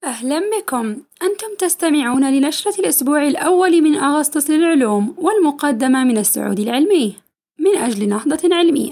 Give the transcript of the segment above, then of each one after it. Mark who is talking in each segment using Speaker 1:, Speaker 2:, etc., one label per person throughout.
Speaker 1: أهلا بكم، أنتم تستمعون لنشرة الأسبوع الأول من أغسطس للعلوم والمقدمة من السعودي العلمي من أجل نهضة علمية.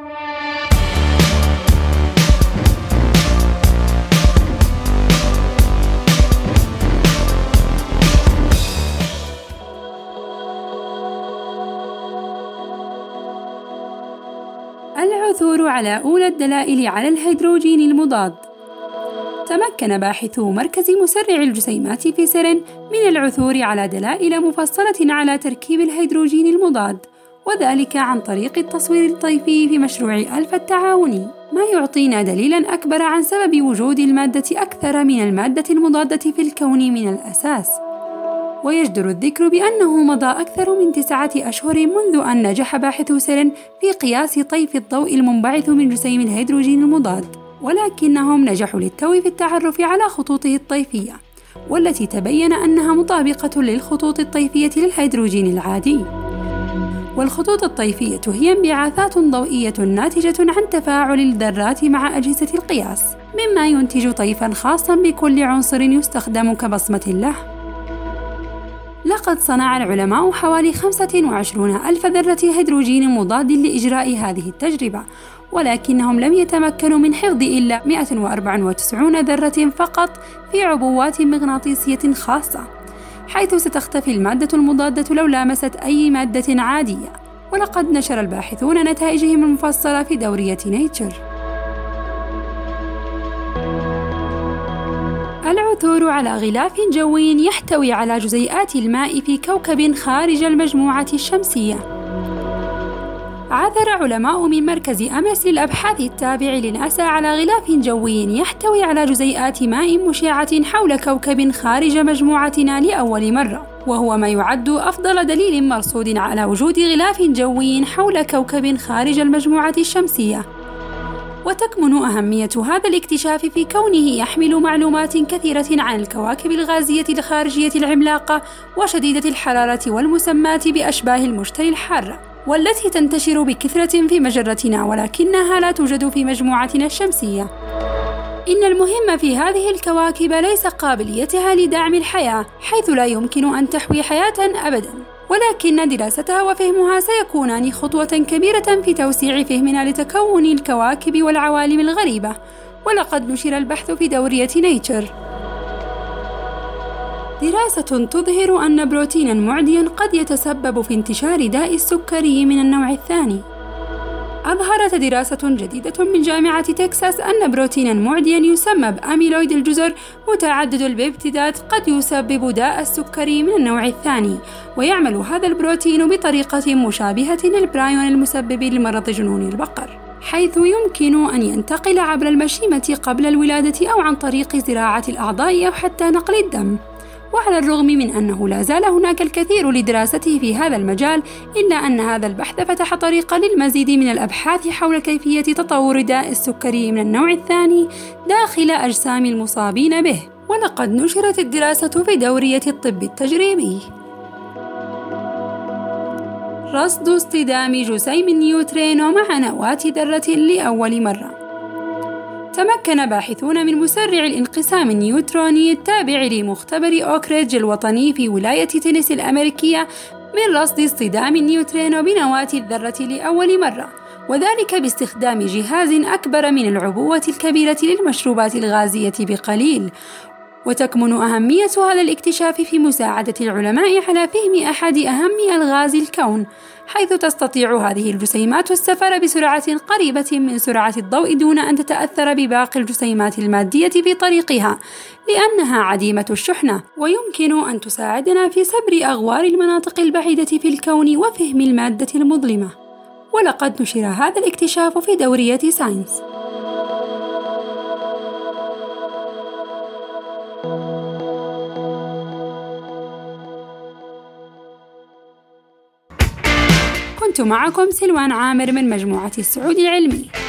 Speaker 1: العثور على أولى الدلائل على الهيدروجين المضاد. تمكن باحثو مركز مسرع الجسيمات في سيرن من العثور على دلائل مفصلة على تركيب الهيدروجين المضاد، وذلك عن طريق التصوير الطيفي في مشروع ألفا التعاوني، ما يعطينا دليلاً أكبر عن سبب وجود المادة أكثر من المادة المضادة في الكون من الأساس. ويجدر الذكر بأنه مضى أكثر من 9 أشهر منذ أن نجح باحثو سيرن في قياس طيف الضوء المنبعث من جسيم الهيدروجين المضاد، ولكنهم نجحوا للتو في التعرف على خطوطه الطيفية، والتي تبين أنها مطابقة للخطوط الطيفية للهيدروجين العادي. والخطوط الطيفية هي انبعاثات ضوئية ناتجة عن تفاعل الذرات مع أجهزة القياس، مما ينتج طيفاً خاصاً بكل عنصر يستخدم كبصمة له. لقد صنع العلماء حوالي 25,000 ذرة هيدروجين مضاد لإجراء هذه التجربة، ولكنهم لم يتمكنوا من حفظ إلا 194 ذرة فقط في عبوات مغناطيسية خاصة، حيث ستختفي المادة المضادة لو لامست أي مادة عادية. ولقد نشر الباحثون نتائجهم المفصلة في دورية نيتشر. العثور على غلاف جوي يحتوي على جزيئات الماء في كوكب خارج المجموعة الشمسية. عثر علماء من مركز أمس للأبحاث التابع لناسا على غلاف جوي يحتوي على جزيئات ماء مشعة حول كوكب خارج مجموعتنا لأول مرة، وهو ما يعد أفضل دليل مرصود على وجود غلاف جوي حول كوكب خارج المجموعة الشمسية. وتكمن أهمية هذا الاكتشاف في كونه يحمل معلومات كثيرة عن الكواكب الغازية الخارجية العملاقة وشديدة الحرارة والمسماة بأشباه المشتري الحارة، والتي تنتشر بكثرة في مجرتنا ولكنها لا توجد في مجموعتنا الشمسية. إن المهم في هذه الكواكب ليس قابليتها لدعم الحياة، حيث لا يمكن أن تحوي حياة أبداً، ولكن دراستها وفهمها سيكونان خطوة كبيرة في توسيع فهمنا لتكون الكواكب والعوالم الغريبة. ولقد نشر البحث في دورية نيتشر. دراسة تظهر أن بروتيناً معدياً قد يتسبب في انتشار داء السكري من النوع الثاني. أظهرت دراسة جديدة من جامعة تكساس أن بروتيناً معدياً يسمى بأميلويد الجزر متعدد البيبتيدات قد يسبب داء السكري من النوع الثاني، ويعمل هذا البروتين بطريقة مشابهة للبرايون المسبب لمرض جنون البقر، حيث يمكن أن ينتقل عبر المشيمة قبل الولادة أو عن طريق زراعة الأعضاء أو حتى نقل الدم. وعلى الرغم من أنه لا زال هناك الكثير لدراسته في هذا المجال، إلا أن هذا البحث فتح طريقا للمزيد من الأبحاث حول كيفية تطور داء السكري من النوع الثاني داخل أجسام المصابين به. ولقد نشرت الدراسة في دورية الطب التجريبي. رصد اصطدام جسيم نيوترينو مع نواة ذرة لأول مرة. تمكن باحثون من مسرع الانقسام النيوتروني التابع لمختبر أوكريدج الوطني في ولاية تينيسي الأمريكية من رصد اصطدام النيوترينو بنواة الذرة لأول مرة، وذلك باستخدام جهاز أكبر من العبوة الكبيرة للمشروبات الغازية بقليل. وتكمن أهمية هذا الاكتشاف في مساعدة العلماء على فهم أحد أهم ألغاز الكون، حيث تستطيع هذه الجسيمات السفر بسرعة قريبة من سرعة الضوء دون أن تتأثر بباقي الجسيمات المادية في طريقها، لأنها عديمة الشحنة، ويمكن أن تساعدنا في سبر أغوار المناطق البعيدة في الكون وفهم المادة المظلمة. ولقد نشر هذا الاكتشاف في دورية ساينس. كنت معكم سلوان عامر من مجموعة السعودي العلمي.